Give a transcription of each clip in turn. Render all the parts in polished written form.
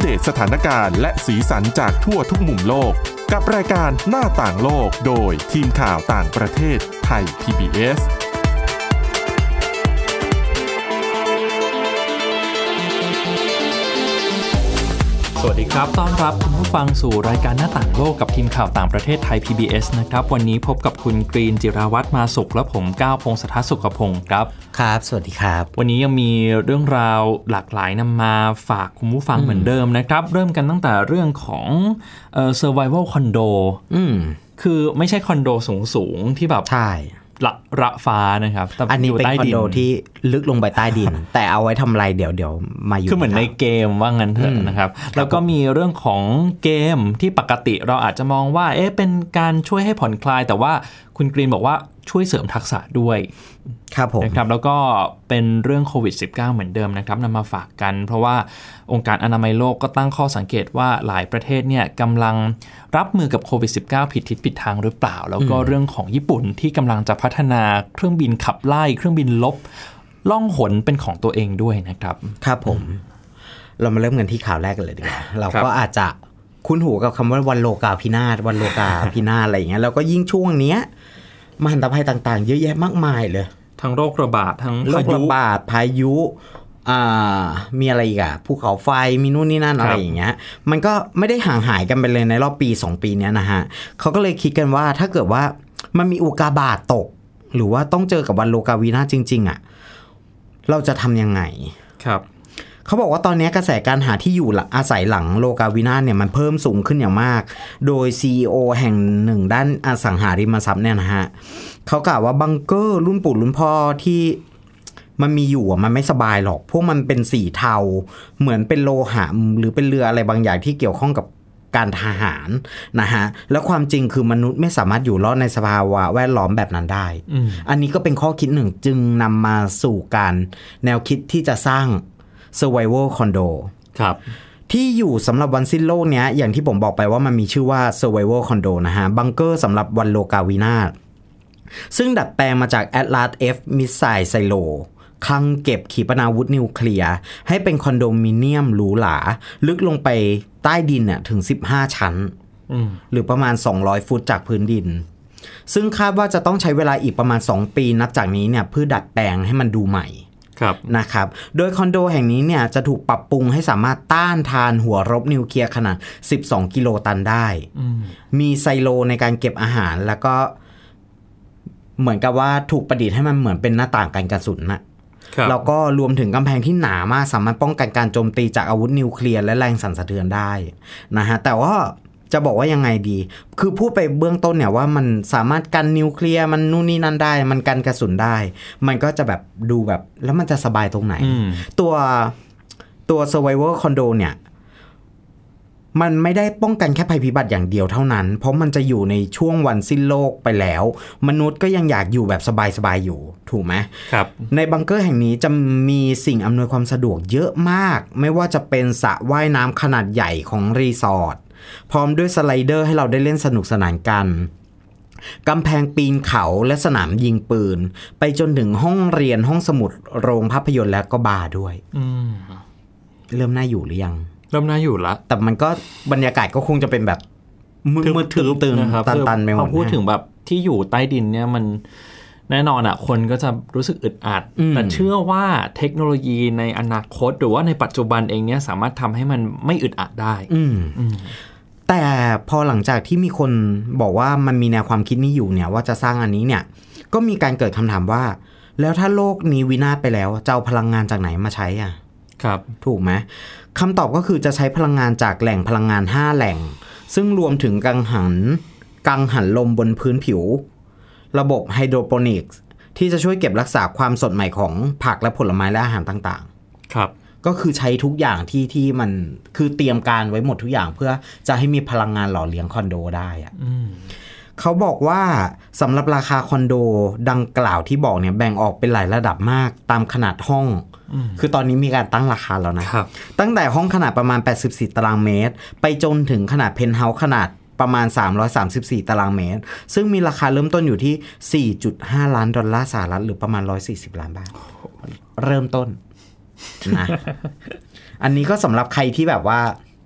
เดตสถานการณ์และสีสันจากทั่วทุกมุมโลกกับรายการหน้าต่างโลกโดยทีมข่าวต่างประเทศไทย PBS สวัสดีครับต้อนรับคุณผู้ฟังสู่รายการหน้าต่างโลกกับทีมข่าวต่างประเทศไทย PBS นะครับวันนี้พบกับคุณกรีนจิราวัฒน์มาสุขและผมก้าวพงศธรสุขพงศ์ครับครับสวัสดีครับวันนี้ยังมีเรื่องราวหลากหลายนำมาฝากคุณผู้ฟังเหมือนเดิมนะครับเริ่มกันตั้งแต่เรื่องของsurvival condo คือไม่ใช่คอนโดสูงๆที่แบบใช่ระฟ้านะครับอันนี้เป็นคอนโดที่ลึกลงไปใต้ดิน แต่เอาไว้ทำอะไรเดี๋ยวมาอยู่คือเหมือนในเกมว่างั้นเถอะนะครับแล้วก็มีเรื่องของเกมที่ปกติเราอาจจะมองว่าเป็นการช่วยให้ผ่อนคลายแต่ว่าคุณกรีนบอกว่าช่วยเสริมทักษะด้วยครับผมนะครับแล้วก็เป็นเรื่องโควิด -19 เหมือนเดิมนะครับนำมาฝากกันเพราะว่าองค์การอนามัยโลกก็ตั้งข้อสังเกตว่าหลายประเทศเนี่ยกำลังรับมือกับโควิด -19 ผิดทิศผิดทางหรือเปล่าแล้วก็เรื่องของญี่ปุ่นที่กำลังจะพัฒนาเครื่องบินขับไล่เครื่องบินลบล่องหนเป็นของตัวเองด้วยนะครับครับผมเรามาเริ่มกันที่ข่าวแรกกันเลยดีกว่าเราก็อาจจะคุ้นหูกับคำว่าวันโลกาภินาศวันโลกาภินาศอะไรอย่างเงี้ยแล้วก็ยิ่งช่วงเนี้ยมหันตภัยต่างๆเยอะแยะมากมายเลยทั้งโรคระบาดทั้งโรคระบาดพายุมีอะไรอีกอะภูเขาไฟมีนู่นนี่นั่นอะไรอย่างเงี้ยมันก็ไม่ได้ห่างหายกันไปเลยในรอบปี2ปีเนี้ยนะฮะเขาก็เลยคิดกันว่าถ้าเกิดว่ามันมีอุกกาบาตตกหรือว่าต้องเจอกับวันโลกาวินาศจริงๆอะเราจะทำยังไงครับเขาบอกว่าตอนนี้กระแสการหาที่อยู่อาศัยหลังโลกาวินาศเนี่ยมันเพิ่มสูงขึ้นอย่างมากโดย CEO แห่งหนึ่งด้านอสังหาริมทรัพย์เนี่ยนะฮะเขากล่าวว่าบังเกอร์รุ่นปู่รุ่นพ่อที่มันมีอยู่มันไม่สบายหรอกพวกมันเป็นสีเทาเหมือนเป็นโลหะหรือเป็นเรืออะไรบางอย่างที่เกี่ยวข้องกับการทหารนะฮะแล้วความจริงคือมนุษย์ไม่สามารถอยู่รอดในสภาวะแวดล้อมแบบนั้นได้อันนี้ก็เป็นข้อคิดหนึ่งจึงนำมาสู่การแนวคิดที่จะสร้างsurvival condo ครับที่อยู่สำหรับวันสิ้นโลกเนี้ยอย่างที่ผมบอกไปว่ามันมีชื่อว่า survival condo นะฮะบังเกอร์สำหรับวันโลกาวินาศซึ่งดัดแปลงมาจาก Atlas F Missile Silo คลังเก็บขีปนาวุธนิวเคลียร์ให้เป็นคอนโดมิเนียมหรูหราลึกลงไปใต้ดินน่ะถึง15ชั้นหรือประมาณ200ฟุตจากพื้นดินซึ่งคาดว่าจะต้องใช้เวลาอีกประมาณ2ปีนับจากนี้เนี่ยเพื่อดัดแปลงให้มันดูใหม่นะครับโดยคอนโดแห่งนี้เนี่ยจะถูกปรับปรุงให้สามารถต้านทานหัวรบนิวเคลียร์ขนาด12กิโลตันได้มีไซโลในการเก็บอาหารแล้วก็เหมือนกับว่าถูกประดิษฐ์ให้มันเหมือนเป็นหน้าต่างกันกระสุนนะแล้วก็รวมถึงกำแพงที่หนามากสามารถป้องกันการโจมตีจากอาวุธนิวเคลียร์และแรงสั่นสะเทือนได้นะฮะแต่ว่าจะบอกว่ายังไงดีคือพูดไปเบื้องต้นเนี่ยว่ามันสามารถกันนิวเคลียร์มันนู่นนี่นั่นได้มันกันกระสุนได้มันก็จะแบบดูแบบแล้วมันจะสบายตรงไหนตัว survival condo เนี่ยมันไม่ได้ป้องกันแค่ภัยพิบัติอย่างเดียวเท่านั้นเพราะมันจะอยู่ในช่วงวันสิ้นโลกไปแล้วมนุษย์ก็ยังอยากอยู่แบบสบายๆอยู่ถูกไหมครับในบังเกอร์แห่งนี้จะมีสิ่งอำนวยความสะดวกเยอะมากไม่ว่าจะเป็นสระว่ายน้ำขนาดใหญ่ของรีสอร์ทพร้อมด้วยสไลเดอร์ให้เราได้เล่นสนุกสนานกันกำแพงปีนเขาและสนามยิงปืนไปจนถึงห้องเรียนห้องสมุดโรงภาพยนตร์และก็บาร์ด้วยเริ่มน่าอยู่หรือยังเริ่มน่าอยู่ละแต่มันก็บรรยากาศก็คงจะเป็นแบบมืดๆตึงๆตันๆไปหมดพอพูดถึงแบบที่อยู่ใต้ดินเนี่ยมันแน่นอนอ่ะคนก็จะรู้สึกอึดอัดแต่เชื่อว่าเทคโนโลยีในอนาคตหรือว่าในปัจจุบันเองเนี่ยสามารถทำให้มันไม่อึดอัดได้แต่พอหลังจากที่มีคนบอกว่ามันมีแนวความคิดนี้อยู่เนี่ยว่าจะสร้างอันนี้เนี่ยก็มีการเกิดคำถามว่าแล้วถ้าโลกนี้วินาศไปแล้วจะเอาพลังงานจากไหนมาใช้อ่ะครับถูกไหมคำตอบก็คือจะใช้พลังงานจากแหล่งพลังงาน5แหล่งซึ่งรวมถึงกังหันลมบนพื้นผิวระบบไฮโดรโปนิกส์ที่จะช่วยเก็บรักษาความสดใหม่ของผักและผลไม้และอาหารต่างๆครับก็คือใช้ทุกอย่างที่มันคือเตรียมการไว้หมดทุกอย่างเพื่อจะให้มีพลังงานหล่อเลี้ยงคอนโดได้อะเขาบอกว่าสำหรับราคาคอนโดดังกล่าวที่บอกเนี่ยแบ่งออกเป็นหลายระดับมากตามขนาดห้องคือตอนนี้มีการตั้งราคาแล้วนะตั้งแต่ห้องขนาดประมาณ84ตารางเมตรไปจนถึงขนาดเพนท์เฮาส์ขนาดประมาณ334ตารางเมตรซึ่งมีราคาเริ่มต้นอยู่ที่ 4.5 ล้านดอลลาร์สหรัฐหรือประมาณ140ล้านบาทเริ่มต้นนะ อันนี้ก็สำหรับใครที่แบบว่า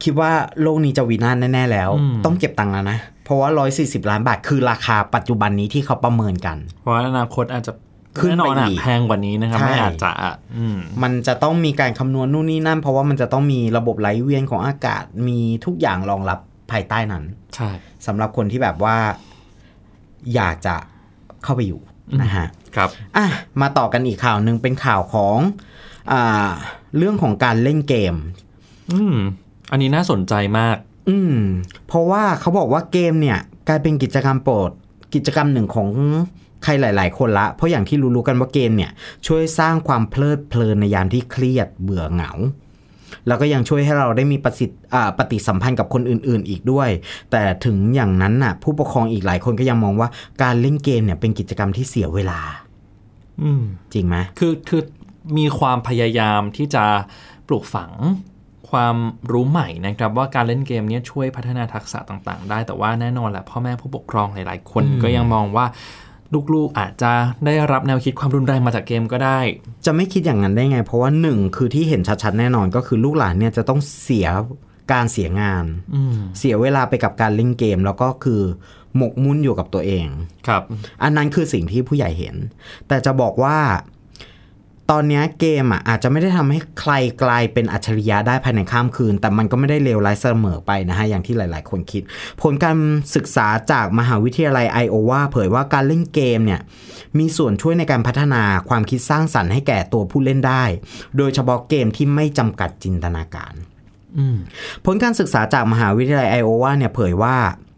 คิดว่าโลกนี้จะวินาศแน่ๆแล้วต้องเก็บตังค์แล้วนะเพราะว่า140ล้านบาทคือราคาปัจจุบันนี้ที่เขาประเมินกันเพราะอนาคตอาจจะขึ้นไปอีกแพงกว่านี้นะครับไม่อาจจะมันจะต้องมีการคำนวณนู่นนี่นั่นเพราะว่ามันจะต้องมีระบบไหลเวียนของอากาศมีทุกอย่างรองรับภายใต้นั้นใช่สำหรับคนที่แบบว่าอยากจะเข้าไปอยู่นะฮะครับมาต่อกันอีกข่าวนึงเป็นข่าวของเรื่องของการเล่นเกมอันนี้น่าสนใจมากเพราะว่าเขาบอกว่าเกมเนี่ยกลายเป็นกิจกรรมโปรดกิจกรรมหนึ่งของใครหลายๆคนละเพราะอย่างที่รู้ๆกันว่าเกมเนี่ยช่วยสร้างความเพลิดเพลินในยามที่เครียดเบื่อเหงาแล้วก็ยังช่วยให้เราได้มีปฏิสัมพันธ์กับคนอื่นๆอีกด้วยแต่ถึงอย่างนั้นน่ะผู้ปกครองอีกหลายคนก็ยังมองว่าการเล่นเกมเนี่ยเป็นกิจกรรมที่เสียเวลาจริงไหมคือมีความพยายามที่จะปลูกฝังความรู้ใหม่นะครับว่าการเล่นเกมนี้ช่วยพัฒนาทักษะต่างๆได้แต่ว่าแน่นอนแหละพ่อแม่ผู้ปกครองหลายๆคนก็ยังมองว่าลูกๆอาจจะได้รับแนวคิดความรุนแรงมาจากเกมก็ได้จะไม่คิดอย่างนั้นได้ไงเพราะว่า1คือที่เห็นชัดๆแน่นอนก็คือลูกหลานเนี่ยจะต้องเสียงานเสียเวลาไปกับการเล่นเกมแล้วก็คือหมกมุ่นอยู่กับตัวเองครับอันนั้นคือสิ่งที่ผู้ใหญ่เห็นแต่จะบอกว่าตอนนี้เกมอาจจะไม่ได้ทำให้ใครกลายเป็นอัจฉริยะได้ภายในข้ามคืนแต่มันก็ไม่ได้เลวร้ายเสมอไปนะฮะอย่างที่หลายๆคนคิดผลการศึกษาจากมหาวิทยาลัยไอโอวาเผยว่าการเล่นเกมเนี่ยมีส่วนช่วยในการพัฒนาความคิดสร้างสรรค์ให้แก่ตัวผู้เล่นได้โดยเฉพาะเกมที่ไม่จำกัดจินตนาการผลการศึกษาจากมหาวิทยาลัยไอโอวาเนี่ยเผยว่า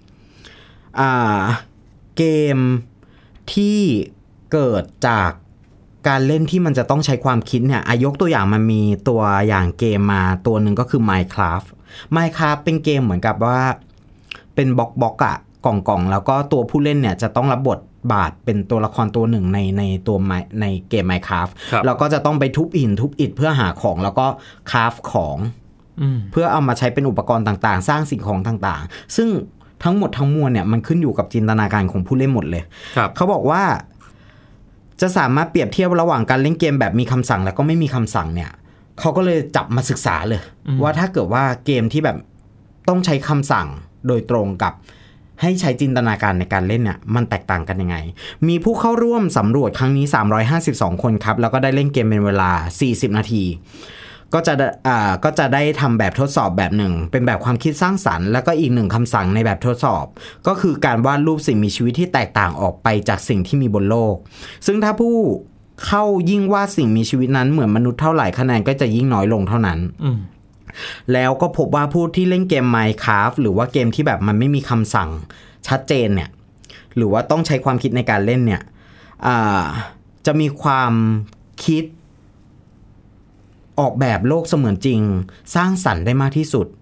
เกมที่เกิดจากการเล่นที่มันจะต้องใช้ความคิดเนี่ยยกตัวอย่างมันมีตัวอย่างเกมมาตัวหนึ่งก็คือ Minecraft เป็นเกมเหมือนกับว่าเป็นบล็อกกล่องแล้วก็ตัวผู้เล่นเนี่ยจะต้องรับบทบาทเป็นตัวละครตัวหนึ่งในเกม Minecraft แล้วก็จะต้องไปทุบหินทุบอิฐเพื่อหาของแล้วก็คราฟของเพื่อเอามาใช้เป็นอุปกรณ์ต่างๆสร้างสิ่งของต่างๆซึ่งทั้งหมดทั้งมวลเนี่ยมันขึ้นอยู่กับจินตนาการของผู้เล่นหมดเลยเขาบอกว่าจะสามารถเปรียบเทียบระหว่างการเล่นเกมแบบมีคำสั่งแล้วก็ไม่มีคำสั่งเนี่ยเขาก็เลยจับมาศึกษาเลยว่าถ้าเกิดว่าเกมที่แบบต้องใช้คำสั่งโดยตรงกับให้ใช้จินตนาการในการเล่นเนี่ยมันแตกต่างกันยังไงมีผู้เข้าร่วมสำรวจครั้งนี้352คนครับแล้วก็ได้เล่นเกมเป็นเวลา40นาทีก็จะได้ทำแบบทดสอบแบบหนึ่งเป็นแบบความคิดสร้างสรรค์แล้วก็อีกหนึ่งคำสั่งในแบบทดสอบก็คือการวาดรูปสิ่งมีชีวิตที่แตกต่างออกไปจากสิ่งที่มีบนโลกซึ่งถ้าผู้เข้ายิ่งวาดสิ่งมีชีวิตนั้นเหมือนมนุษย์เท่าไหร่คะแนนก็จะยิ่งน้อยลงเท่านั้นแล้วก็พบว่าผู้ที่เล่นเกม Minecraft หรือว่าเกมที่แบบมันไม่มีคำสั่งชัดเจนเนี่ยหรือว่าต้องใช้ความคิดในการเล่นเนี่ยจะมีความคิดออกแบบโลกเสมือนจริงสร้างสรรค์ได้มากที่สุด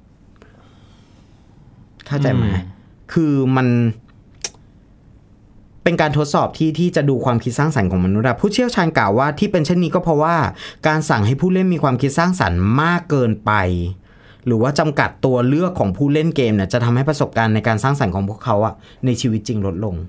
เข้าใจไหมคือมันเป็นการทดสอบที่จะดูความคิดสร้างสรรค์ของมนุษย์ผู้เชี่ยวชาญกล่าวว่าที่เป็นเช่นนี้ก็เพราะว่าการสั่งให้ผู้เล่นมีความคิดสร้างสรรค์มากเกินไปหรือว่าจำกัดตัวเลือกของผู้เล่นเกมเนี่ยจะทำให้ประสบการณ์ในการสร้างสรรค์ของพวกเขาในชีวิตจริงลดลง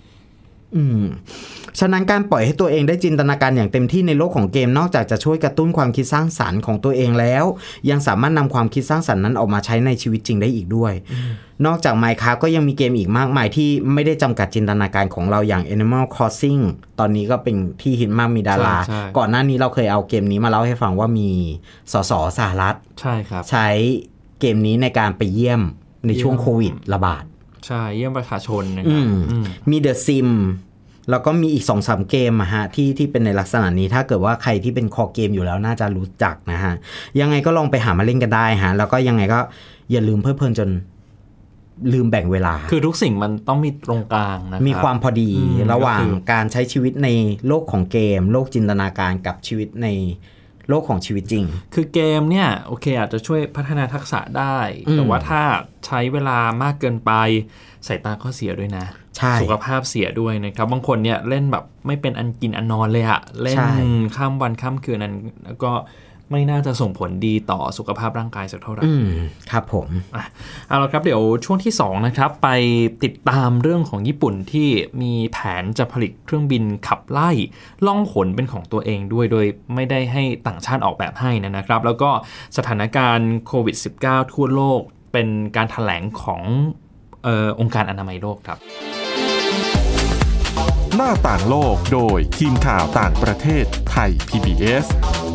ฉะนั้นการปล่อยให้ตัวเองได้จินตนาการอย่างเต็มที่ในโลกของเกมนอกจากจะช่วยกระตุ้นความคิดสร้างสรรค์ของตัวเองแล้วยังสามารถนำความคิดสร้างสรรค์นั้นออกมาใช้ในชีวิตจริงได้อีกด้วยนอกจาก Minecraft ก็ยังมีเกมอีกมากมายที่ไม่ได้จำกัดจินตนาการของเราอย่าง Animal Crossing ตอนนี้ก็เป็นที่ฮิตมากมีดาราก่อนหน้านี้เราเคยเอาเกมนี้มาเล่าให้ฟังว่ามีสสสหรัฐใช่ครับใช้เกมนี้ในการไปเยี่ยมในช่วงโควิดระบาดใช่เยี่ยมประชาชนนะครับมี The Simแล้วก็มีอีก 2-3 เกมที่เป็นในลักษณะนี้ถ้าเกิดว่าใครที่เป็นคอเกมอยู่แล้วน่าจะรู้จักนะฮะยังไงก็ลองไปหามาเล่นกันได้แล้วก็ยังไงก็อย่าลืมเพลิดเพลินจนลืมแบ่งเวลาคือทุกสิ่งมันต้องมีตรงกลางนะครับมีความพอดีระหว่างการใช้ชีวิตในโลกของเกมโลกจินตนาการกับชีวิตในโลกของชีวิตจริงคือเกมเนี่ยโอเคอาจจะช่วยพัฒนาทักษะได้แต่ว่าถ้าใช้เวลามากเกินไปสายตาก็เสียด้วยนะสุขภาพเสียด้วยนะครับบางคนเนี่ยเล่นแบบไม่เป็นอันกินอันนอนเลยเล่นข้ามวันข้ามคืนนั้นแล้วก็ไม่น่าจะส่งผลดีต่อสุขภาพร่างกายสักเท่าไหร่ครับผมเอาละครับเดี๋ยวช่วงที่2นะครับไปติดตามเรื่องของญี่ปุ่นที่มีแผนจะผลิตเครื่องบินขับไล่ล่องหนเป็นของตัวเองด้วยโดยไม่ได้ให้ต่างชาติออกแบบให้นะครับแล้วก็สถานการณ์โควิด -19 ทั่วโลกเป็นการแถลงขององค์การอนามัยโลกครับหน้าต่างโลกโดยทีมข่าวต่างประเทศไทย PBS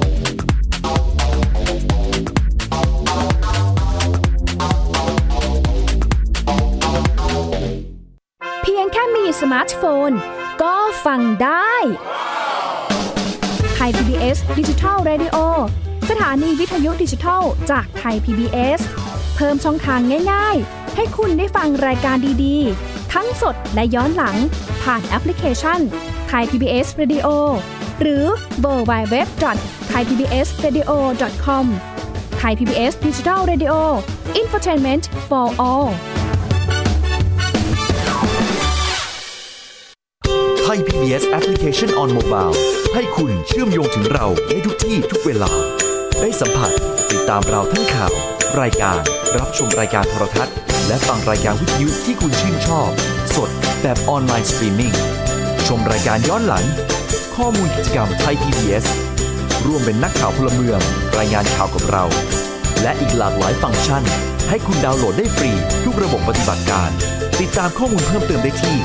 เพียงแค่มีสมาร์ทโฟนก็ฟังได้ไทย PBS Digital Radio สถานีวิทยุดิจิทัลจากไทย PBS เพิ่มช่องทางง่ายๆให้คุณได้ฟังรายการดีๆทั้งสดและย้อนหลังผ่านแอปพลิเคชัน Thai PBS Radio หรือ www.thaipbsradio.com Thai PBS Digital Radio Infotainment for all Thai PBS Application on Mobile ให้คุณเชื่อมโยงถึงเราในทุกที่ทุกเวลาได้สัมผัสติดตามเราทั้งข่าวรายการรับชมรายการโทรทัศน์และฟังรายการวิทยุที่คุณชื่นชอบสดแบบออนไลน์สตรีมมิ่งชมรายการย้อนหลังข้อมูลกิจกรรมไทย PBS ร่วมเป็นนักข่าวพลเมืองรายงานข่าวกับเราและอีกหลากหลายฟังก์ชันให้คุณดาวน์โหลดได้ฟรีทุกระบบปฏิบัติการติดตามข้อมูลเพิ่มเติมได้ที่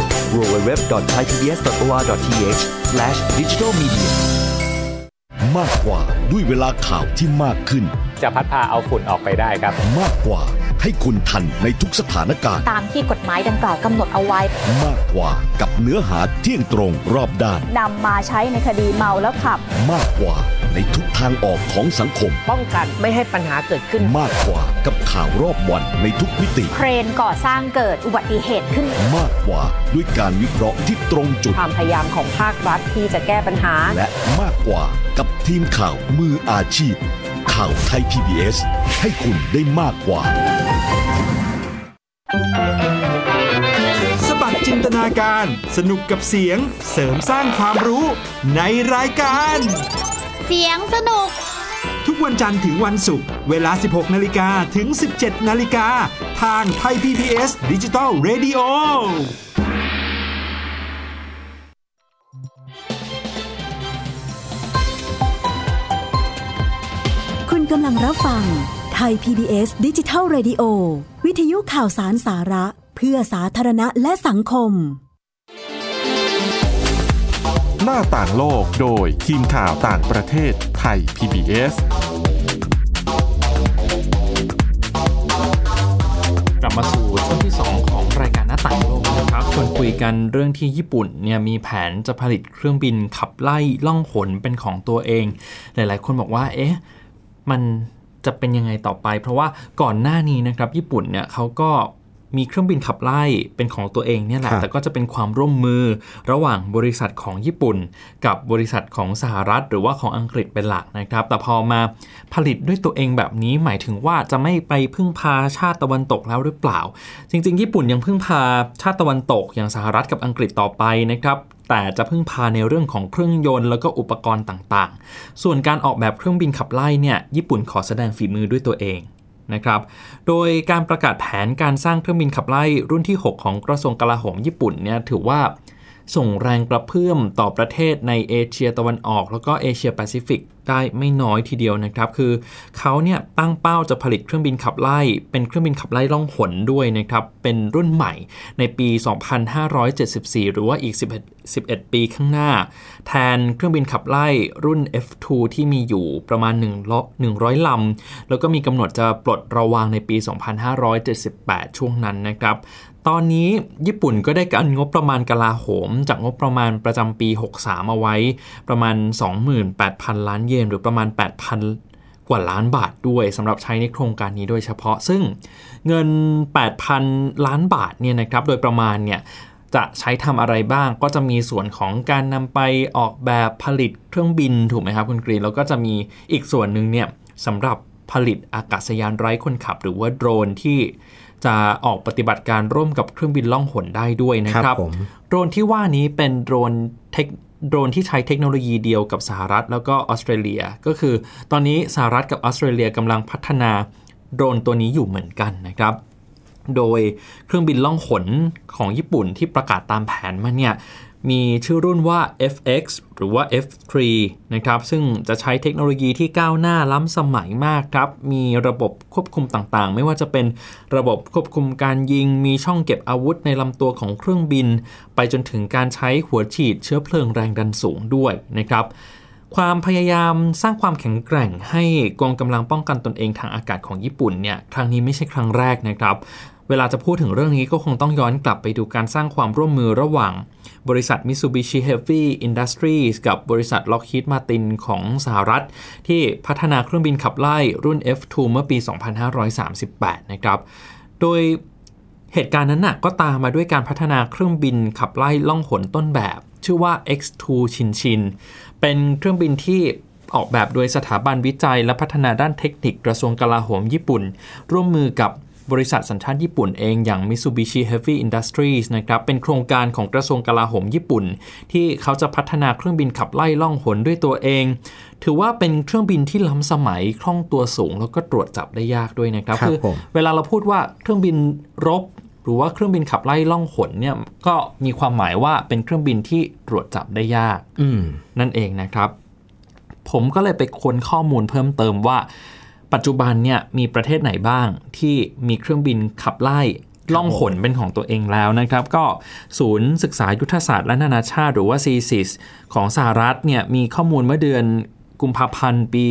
www.thaipbs.or.th/digitalmedia มากกว่าด้วยเวลาข่าวที่มากขึ้นจะพัดพาเอาฝุ่นออกไปได้ครับมากกว่าให้คุณทันในทุกสถานการณ์ตามที่กฎหมายดังกล่าวกำหนดเอาไว้มากกว่ากับเนื้อหาเที่ยงตรงรอบด้านนำมาใช้ในคดีเมาแล้วขับมากกว่าในทุกทางออกของสังคมป้องกันไม่ให้ปัญหาเกิดขึ้นมากกว่ากับข่าวรอบวันในทุกมิติเครนก่อสร้างเกิดอุบัติเหตุขึ้นมากกว่าด้วยการวิเคราะห์ที่ตรงจุดความพยายามของภาครัฐที่จะแก้ปัญหาและมากกว่ากับทีมข่าวมืออาชีพข่าวไทย PBS ให้คุณได้มากกว่าสบัดจินตนาการสนุกกับเสียงเสริมสร้างความรู้ในรายการเสียงสนุกทุกวันจันทร์ถึงวันศุกร์เวลา 16:00 นถึง 17:00 นทางไทย PBS Digital Radio คุณกำลังรับฟังไทย PBS Digital Radio วิทยุข่าวสารสาระเพื่อสาธารณะและสังคมหน้าต่างโลกโดยทีมข่าวต่างประเทศไทย PBS กลับมาสู่ช่วงที่2ของรายการหน้าต่างโลกนะครับชวนคุยกันเรื่องที่ญี่ปุ่นเนี่ยมีแผนจะผลิตเครื่องบินขับไล่ล่องหนเป็นของตัวเองหลายๆคนบอกว่ามันจะเป็นยังไงต่อไปเพราะว่าก่อนหน้านี้นะครับญี่ปุ่นเนี่ยเขาก็มีเครื่องบินขับไล่เป็นของตัวเองเนี่ยแหละแต่ก็จะเป็นความร่วมมือระหว่างบริษัทของญี่ปุ่นกับบริษัทของสหรัฐหรือว่าของอังกฤษเป็นหลักนะครับแต่พอมาผลิตด้วยตัวเองแบบนี้หมายถึงว่าจะไม่ไปพึ่งพาชาติตะวันตกแล้วหรือเปล่าจริงๆญี่ปุ่นยังพึ่งพาชาติตะวันตกอย่างสหรัฐกับอังกฤษต่อไปนะครับแต่จะพึ่งพาในเรื่องของเครื่องยนต์แล้วก็อุปกรณ์ต่างๆส่วนการออกแบบเครื่องบินขับไล่เนี่ยญี่ปุ่นขอแสดงฝีมือด้วยตัวเองนะครับโดยการประกาศแผนการสร้างเครื่องบินขับไล่รุ่นที่6ของกระทรวงกลาโหมญี่ปุ่นเนี่ยถือว่าส่งแรงกระเพื่อมต่อประเทศในเอเชียตะวันออกแล้วก็เอเชียแปซิฟิกได้ไม่น้อยทีเดียวนะครับคือเขาเนี่ยตั้งเป้าจะผลิตเครื่องบินขับไล่เป็นเครื่องบินขับไล่ล่องหนด้วยนะครับเป็นรุ่นใหม่ในปี 2574 หรือว่าอีก11 ปีข้างหน้าแทนเครื่องบินขับไล่รุ่น F2 ที่มีอยู่ประมาณ100 ลำแล้วก็มีกำหนดจะปลดระวางในปี 2578 ช่วงนั้นนะครับตอนนี้ญี่ปุ่นก็ได้กันงบประมาณกลาโหมจากงบประมาณประจำปี 63 เอาไว้ประมาณ 28,000 ล้านเยนหรือประมาณ 8,000 กว่าล้านบาทด้วยสำหรับใช้ในโครงการนี้โดยเฉพาะซึ่งเงิน 8,000 ล้านบาทเนี่ยนะครับโดยประมาณเนี่ยจะใช้ทำอะไรบ้างก็จะมีส่วนของการนำไปออกแบบผลิตเครื่องบินถูกไหมครับคุณกรีนแล้วก็จะมีอีกส่วนหนึ่งเนี่ยสำหรับผลิตอากาศยานไร้คนขับหรือว่าโดรนที่จะออกปฏิบัติการร่วมกับเครื่องบินล่องหนได้ด้วยนะครับโดรนที่ว่านี้เป็นโดรนโดรนที่ใช้เทคโนโลยีเดียวกับสหรัฐแล้วก็ออสเตรเลียก็คือตอนนี้สหรัฐกับออสเตรเลียกำลังพัฒนาโดรนตัวนี้อยู่เหมือนกันนะครับโดยเครื่องบินล่องหนของญี่ปุ่นที่ประกาศตามแผนมาเนี่ยมีชื่อรุ่นว่า FX หรือว่า F3 นะครับซึ่งจะใช้เทคโนโลยีที่ก้าวหน้าล้ำสมัยมากครับมีระบบควบคุมต่างๆไม่ว่าจะเป็นระบบควบคุมการยิงมีช่องเก็บอาวุธในลำตัวของเครื่องบินไปจนถึงการใช้หัวฉีดเชื้อเพลิงแรงดันสูงด้วยนะครับความพยายามสร้างความแข็งแกร่งให้กองกำลังป้องกันตนเองทางอากาศของญี่ปุ่นเนี่ยครั้งนี้ไม่ใช่ครั้งแรกนะครับเวลาจะพูดถึงเรื่องนี้ก็คงต้องย้อนกลับไปดูการสร้างความร่วมมือระหว่างบริษัท Mitsubishi Heavy Industries กับบริษัท Lockheed Martin ของสหรัฐที่พัฒนาเครื่องบินขับไล่รุ่น F2 เมื่อปี 2538 นะครับโดยเหตุการณ์นั้นน่ะก็ตามมาด้วยการพัฒนาเครื่องบินขับไล่ล่องหนต้นแบบชื่อว่า X2 Shinshin เป็นเครื่องบินที่ออกแบบโดยสถาบันวิจัยและพัฒนาด้านเทคนิคกระทรวงกลาโหมญี่ปุ่นร่วมมือกับบริษัทสัญชาติญี่ปุ่นเองอย่าง Mitsubishi Heavy Industries นะครับเป็นโครงการของกระทรวงกลาโหมญี่ปุ่นที่เขาจะพัฒนาเครื่องบินขับไล่ล่องหนด้วยตัวเองถือว่าเป็นเครื่องบินที่ล้ำสมัยคล่องตัวสูงแล้วก็ตรวจจับได้ยากด้วยนะครับคือเวลาเราพูดว่าเครื่องบินรบหรือว่าเครื่องบินขับไล่ล่องหนเนี่ยก็มีความหมายว่าเป็นเครื่องบินที่ตรวจจับได้ยากนั่นเองนะครับผมก็เลยไปค้นข้อมูลเพิ่มเติมว่าปัจจุบันเนี่ยมีประเทศไหนบ้างที่มีเครื่องบินขับไล่ล่องหนเป็นของตัวเองแล้วนะครับก็ศูนย์ศึกษายุทธศาสตร์และนานาชาติหรือว่า CSIS ของสหรัฐเนี่ยมีข้อมูลเมื่อเดือนกุมภาพันธ์ปี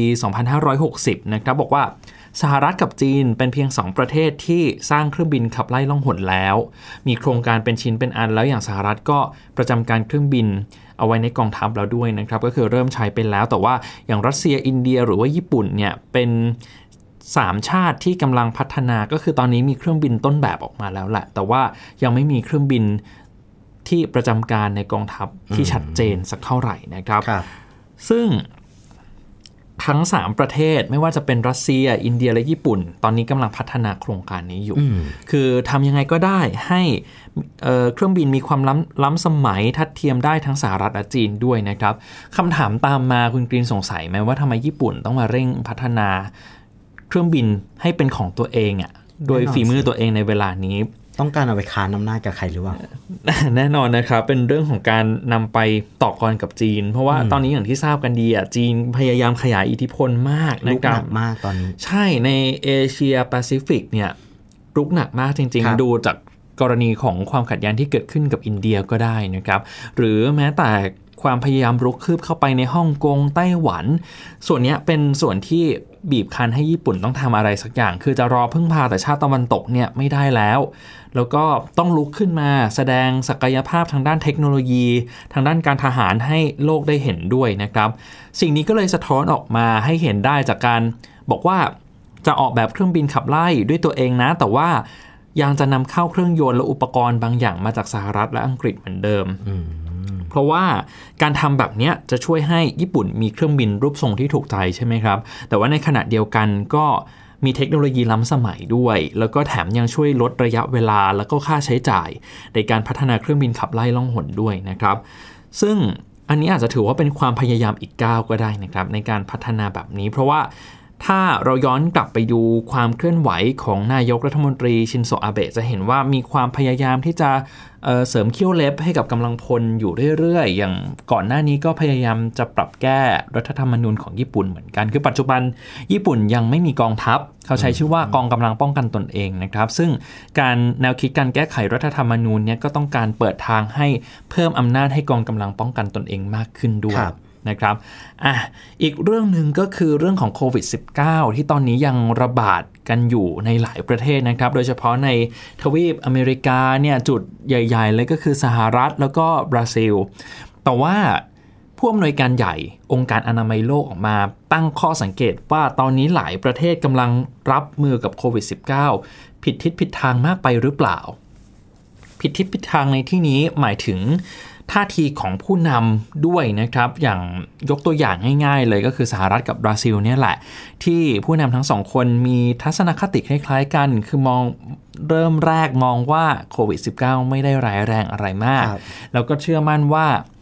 2560 นะครับบอกว่าสหรัฐกับจีนเป็นเพียง2ประเทศที่สร้างเครื่องบินขับไล่ล่องหนแล้วมีโครงการเป็นชิ้นเป็นอันแล้วอย่างสหรัฐก็ประจำการเครื่องบินเอาไว้ในกองทัพแล้วด้วยนะครับก็คือเริ่มใช้เป็นแล้วแต่ว่าอย่างรัสเซียอินเดียหรือว่าญี่ปุ่นเนี่ยเป็น3ชาติที่กำลังพัฒนาก็คือตอนนี้มีเครื่องบินต้นแบบออกมาแล้วแหละแต่ว่ายังไม่มีเครื่องบินที่ประจำการในกองทัพที่ชัดเจนสักเท่าไหร่นะครับซึ่งทั้ง3ประเทศไม่ว่าจะเป็นรัสเซียอินเดียและญี่ปุ่นตอนนี้กำลังพัฒนาโครงการนี้อยู่คือทำยังไงก็ได้ให้เครื่องบินมีความล้ำสมัยทัดเทียมได้ทั้งสหรัฐและจีนด้วยนะครับคำถามตามมาคุณกรีนสงสัยไหมว่าทำไมญี่ปุ่นต้องมาเร่งพัฒนาเครื่องบินให้เป็นของตัวเองอ่ะโดยฝีมือตัวเองในเวลานี้ต้องการเอาไปค้านอำนาจกับใครหรือเปล่าแน่นอนนะครับเป็นเรื่องของการนำไปต่อกรกับจีนเพราะว่าตอนนี้อย่างที่ทราบกันดีอ่ะจีนพยายามขยายอิทธิพลมากนะครับลุกหนักมากตอนนี้ใช่ในเอเชียแปซิฟิกเนี่ยลุกหนักมากจริงๆดูจากกรณีของความขัดแย้งที่เกิดขึ้นกับอินเดียก็ได้นะครับหรือแม้แต่ความพยายามรุกคืบเข้าไปในฮ่องกงไต้หวันส่วนนี้เป็นส่วนที่บีบคั้นให้ญี่ปุ่นต้องทำอะไรสักอย่างคือจะรอพึ่งพาแต่ชาติตะวันตกเนี่ยไม่ได้แล้วก็ต้องลุกขึ้นมาแสดงศักยภาพทางด้านเทคโนโลยีทางด้านการทหารให้โลกได้เห็นด้วยนะครับสิ่งนี้ก็เลยสะท้อนออกมาให้เห็นได้จากการบอกว่าจะออกแบบเครื่องบินขับไล่ด้วยตัวเองนะแต่ว่ายังจะนำเข้าเครื่องยนต์และอุปกรณ์บางอย่างมาจากสหรัฐและอังกฤษเหมือนเดิมเพราะว่าการทำแบบนี้จะช่วยให้ญี่ปุ่นมีเครื่องบินรูปทรงที่ถูกใจใช่ไหมครับแต่ว่าในขณะเดียวกันก็มีเทคโนโลยีล้ำสมัยด้วยแล้วก็แถมยังช่วยลดระยะเวลาแล้วก็ค่าใช้จ่ายในการพัฒนาเครื่องบินขับไล่ล่องหนด้วยนะครับซึ่งอันนี้อาจจะถือว่าเป็นความพยายามอีกก้าวก็ได้นะครับในการพัฒนาแบบนี้เพราะว่าถ้าเราย้อนกลับไปดูความเคลื่อนไหวของนายกรัฐมนตรีชินโซอาเบะจะเห็นว่ามีความพยายามที่จะเสริมเขี้ยวเล็บให้กับกำลังพลอยู่เรื่อยๆอย่างก่อนหน้านี้ก็พยายามจะปรับแก้รัฐธรรมนูญของญี่ปุ่นเหมือนกันคือปัจจุบันญี่ปุ่นยังไม่มีกองทัพเขาใช้ชื่อว่ากองกำลังป้องกันตนเองนะครับซึ่งการแนวคิดการแก้ไขรัฐธรรมนูญเนี่ยก็ต้องการเปิดทางให้เพิ่มอำนาจให้กองกำลังป้องกันตนเองมากขึ้นด้วยนะครับอีกเรื่องหนึ่งก็คือเรื่องของโควิด -19 ที่ตอนนี้ยังระบาดกันอยู่ในหลายประเทศนะครับโดยเฉพาะในทวีปอเมริกาเนี่ยจุดใหญ่ๆเลยก็คือสหรัฐแล้วก็บราซิลแต่ว่าผู้อำนวยการใหญ่องค์การอนามัยโลกออกมาตั้งข้อสังเกตว่าตอนนี้หลายประเทศกำลังรับมือกับโควิด -19 ผิดทิศผิดทางมากไปหรือเปล่าผิดทิศผิดทางในที่นี้หมายถึงท่าทีของผู้นำด้วยนะครับอย่างยกตัวอย่างง่ายๆเลยก็คือสหรัฐกับบราซิลเนี่ยแหละที่ผู้นำทั้งสองคนมีทัศนคติคล้ายๆกันคือเริ่มแรกมองว่าโควิด -19 ไม่ได้ร้ายแรงอะไรมากแล้วก็เชื่อมั่นว่า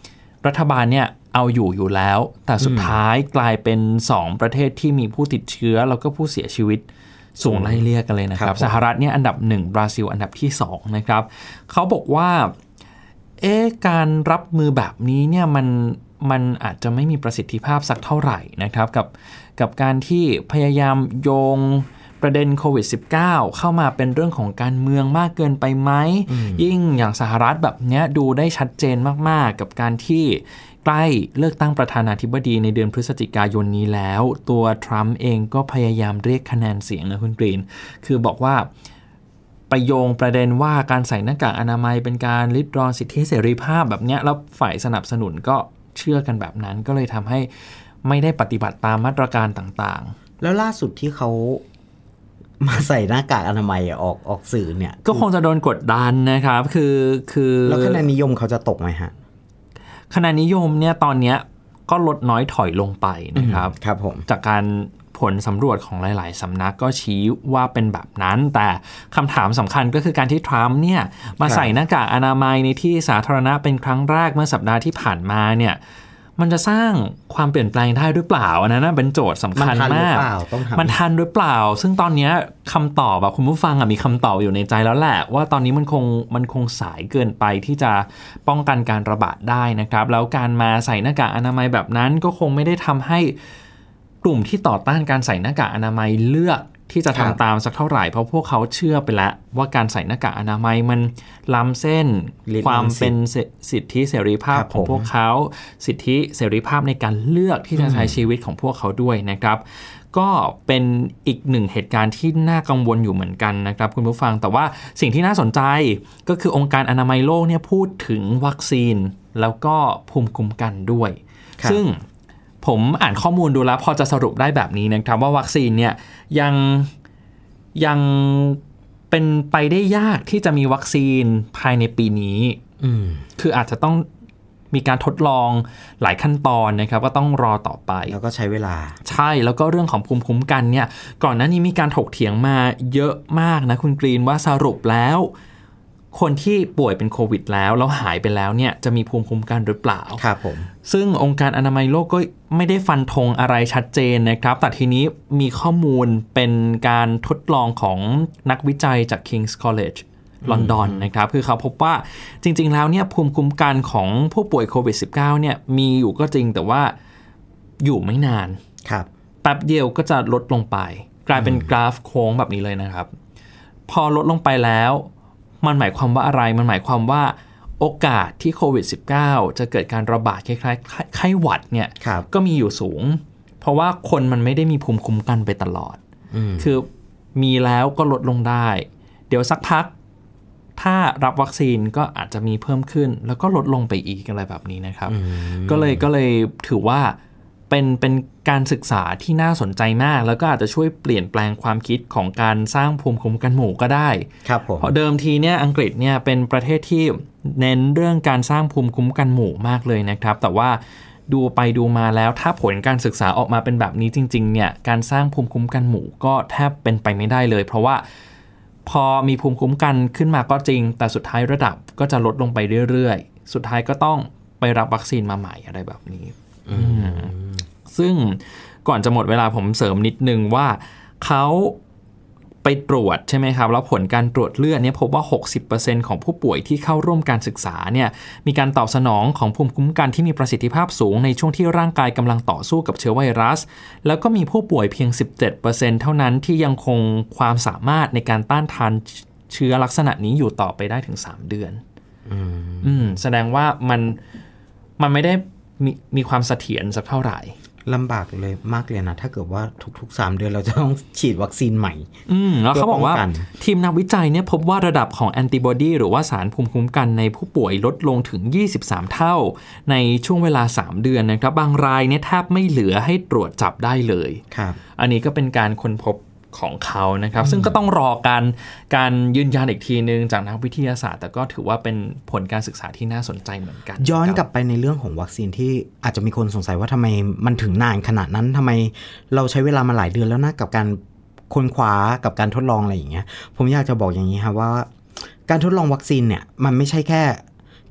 รัฐบาลเนี่ยเอาอยู่แล้วแต่สุดท้ายกลายเป็น2ประเทศที่มีผู้ติดเชื้อแล้วก็ผู้เสียชีวิตสูงไล่เลี่ยกันเลยนะครับสหรัฐเนี่ยอันดับ1บราซิลอันดับที่2นะครับเขาบอกว่าการรับมือแบบนี้เนี่ยมันอาจจะไม่มีประสิทธิภาพสักเท่าไหร่นะครับกับการที่พยายามโยงประเด็นโควิด -19 เข้ามาเป็นเรื่องของการเมืองมากเกินไปไหมยิ่งอย่างสหรัฐแบบนี้ดูได้ชัดเจนมากๆกับการที่ใกล้เลือกตั้งประธานาธิบดีในเดือนพฤศจิกายนนี้แล้วตัวทรัมป์เองก็พยายามเรียกคะแนนเสียงนะคุณกรีนคือบอกว่าไปโยงประเด็นว่าการใส่หน้ากากอนามัยเป็นการริดรอนสิทธิเสรีภาพแบบนี้แล้วฝ่ายสนับสนุนก็เชื่อกันแบบนั้นก็เลยทำให้ไม่ได้ปฏิบัติตามมาตรการต่างๆแล้วล่าสุดที่เขามาใส่หน้ากากอนามัยออกสื่อเนี่ยก็คงจะโดนกดดันนะครับคือแล้วคะแนนนิยมเขาจะตกไหมฮะคะแนนนิยมเนี่ยตอนนี้ก็ลดน้อยถอยลงไปนะครับครับผมจากการผลสำรวจของหลายๆสำนักก็ชี้ว่าเป็นแบบนั้นแต่คำถามสำคัญก็คือการที่ทรัมป์เนี่ยมาใส่หน้ากากอนามัยในที่สาธารณะเป็นครั้งแรกเมื่อสัปดาห์ที่ผ่านมาเนี่ยมันจะสร้างความเปลี่ยนแปลงได้หรือเปล่าอันนั้นเป็นโจทย์สำคัญมากมันทันหรือเปล่าซึ่งตอนนี้คำตอบแบบคุณผู้ฟังมีคำตอบอยู่ในใจแล้วแหละว่าตอนนี้มันคงสายเกินไปที่จะป้องกันการระบาดได้นะครับแล้วการมาใส่หน้ากากอนามัยแบบนั้นก็คงไม่ได้ทำให้กลุ่มที่ต่อต้านการใส่หน้ากากอนามัยเลือกที่จะทำตามสักเท่าไหร่เพราะพวกเขาเชื่อไปแล้วว่าการใส่หน้ากากอนามัยมันล้ำเส้นความเป็นสิทธิเสรีภาพของพวกเขาสิทธิเสรีภาพในการเลือกที่จะใช้ชีวิตของพวกเขาด้วยนะครับก็เป็นอีกหนึ่งเหตุการณ์ที่น่ากังวลอยู่เหมือนกันนะครับคุณผู้ฟังแต่ว่าสิ่งที่น่าสนใจก็คือองค์การอนามัยโลกเนี่ยพูดถึงวัคซีนแล้วก็ภูมิคุ้มกันด้วยซึ่งผมอ่านข้อมูลดูแล้วพอจะสรุปได้แบบนี้นะครับว่าวัคซีนเนี่ยยังเป็นไปได้ยากที่จะมีวัคซีนภายในปีนี้คืออาจจะต้องมีการทดลองหลายขั้นตอนนะครับก็ต้องรอต่อไปแล้วก็ใช้เวลาใช่แล้วก็เรื่องของภูมิคุ้มกันเนี่ยก่อนหน้านี้มีการถกเถียงมาเยอะมากนะคุณกรีนว่าสรุปแล้วคนที่ป่วยเป็นโควิดแล้วหายไปแล้วเนี่ยจะมีภูมิคุ้มกันหรือเปล่าครับผมซึ่งองค์การอนามัยโลกก็ไม่ได้ฟันธงอะไรชัดเจนนะครับแต่ทีนี้มีข้อมูลเป็นการทดลองของนักวิจัยจาก King's College ลอนดอนนะครับคือเขาพบว่าจริงๆแล้วเนี่ยภูมิคุ้มกันของผู้ป่วยโควิด -19 เนี่ยมีอยู่ก็จริงแต่ว่าอยู่ไม่นานครับแป๊บเดียวก็จะลดลงไปกลายเป็นกราฟโค้งแบบนี้เลยนะครับพอลดลงไปแล้วมันหมายความว่าอะไรมันหมายความว่าโอกาสที่โควิด -19 จะเกิดการระบาดคล้ายๆไข้หวัดเนี่ยก็มีอยู่สูงเพราะว่าคนมันไม่ได้มีภูมิคุ้มกันไปตลอดคือมีแล้วก็ลดลงได้เดี๋ยวสักพักถ้ารับวัคซีนก็อาจจะมีเพิ่มขึ้นแล้วก็ลดลงไปอีกอะไรแบบนี้นะครับก็เลยถือว่าเป็นการศึกษาที่น่าสนใจมากแล้วก็อาจจะช่วยเปลี่ยนแปลงความคิดของการสร้างภูมิคุ้มกันหมู่ก็ได้ครับผมเพราะเดิมทีเนี่ยอังกฤษเนี่ยเป็นประเทศที่เน้นเรื่องการสร้างภูมิคุ้มกันหมู่มากเลยนะครับแต่ว่าดูไปดูมาแล้วถ้าผลการศึกษาออกมาเป็นแบบนี้จริงๆเนี่ยการสร้างภูมิคุ้มกันหมู่ก็แทบเป็นไปไม่ได้เลยเพราะว่าพอมีภูมิคุ้มกันขึ้นมาก็จริงแต่สุดท้ายระดับก็จะลดลงไปเรื่อยๆสุดท้ายก็ต้องไปรับวัคซีนมาใหม่อะไรแบบนี้ซึ่งก่อนจะหมดเวลาผมเสริมนิดนึงว่าเขาไปตรวจใช่ไหมครับแล้วผลการตรวจเลือดเนี่ยพบว่า 60% ของผู้ป่วยที่เข้าร่วมการศึกษาเนี่ยมีการตอบสนองของภูมิคุ้มกันที่มีประสิทธิภาพสูงในช่วงที่ร่างกายกำลังต่อสู้กับเชื้อไวรัสแล้วก็มีผู้ป่วยเพียง 17% เท่านั้นที่ยังคงความสามารถในการต้านทานเชื้อลักษณะนี้อยู่ต่อไปได้ถึง3เดือนแสดงว่ามันไม่ได้มีความเสถียรสักเท่าไหร่ลำบากเลยมากเลยนะถ้าเกิดว่าทุกๆ3เดือนเราจะต้องฉีดวัคซีนใหม่แล้วเขาบอกว่าทีมนักวิจัยเนี่ยพบว่าระดับของแอนติบอดีหรือว่าสารภูมิคุ้มกันในผู้ป่วยลดลงถึง23เท่าในช่วงเวลา3เดือนนะครับบางรายเนี่ยแทบไม่เหลือให้ตรวจจับได้เลยครับอันนี้ก็เป็นการค้นพบของเขานะครับซึ่งก็ต้องรอการยืนยันอีกทีนึงจากนักวิทยาศาสตร์แต่ก็ถือว่าเป็นผลการศึกษาที่น่าสนใจเหมือนกันย้อนกลับไปในเรื่องของวัคซีนที่อาจจะมีคนสงสัยว่าทำไมมันถึงนานขนาดนั้นทำไมเราใช้เวลามาหลายเดือนแล้วนะกับการค้นคว้ากับการทดลองอะไรอย่างเงี้ยผมอยากจะบอกอย่างนี้ครับว่าการทดลองวัคซีนเนี่ยมันไม่ใช่แ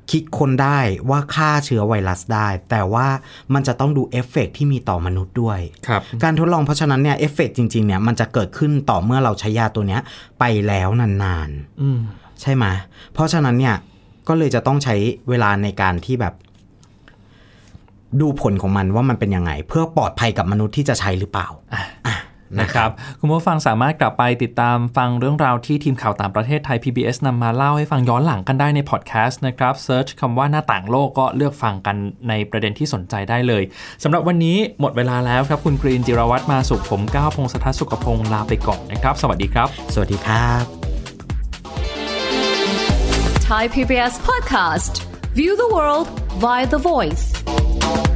คิดค้นได้ว่าฆ่าเชื้อไวรัสได้แต่ว่ามันจะต้องดูเอฟเฟกต์ที่มีต่อมนุษย์ด้วยการทดลองเพราะฉะนั้นเนี่ยเอฟเฟกต์จริงๆเนี่ยมันจะเกิดขึ้นต่อเมื่อเราใช้ยาตัวเนี้ยไปแล้วนานๆใช่ไหมเพราะฉะนั้นเนี่ยก็เลยจะต้องใช้เวลาในการที่แบบดูผลของมันว่ามันเป็นยังไงเพื่อปลอดภัยกับมนุษย์ที่จะใช้หรือเปล่านะครับคุณผู้ฟังสามารถกลับไปติดตามฟังเรื่องราวที่ทีมข่าวต่างประเทศไทย PBS นำมาเล่าให้ฟังย้อนหลังกันได้ในพอดแคสต์นะครับเซิร์ชคำว่าหน้าต่างโลกก็เลือกฟังกันในประเด็นที่สนใจได้เลยสำหรับวันนี้หมดเวลาแล้วครับคุณกรีนจิรวัฒน์มาสุขผมก้าวพงศธรสุขพงศ์ลาไปก่อนนะครับสวัสดีครับสวัสดีครับ Thai PBS Podcast View the world via the voice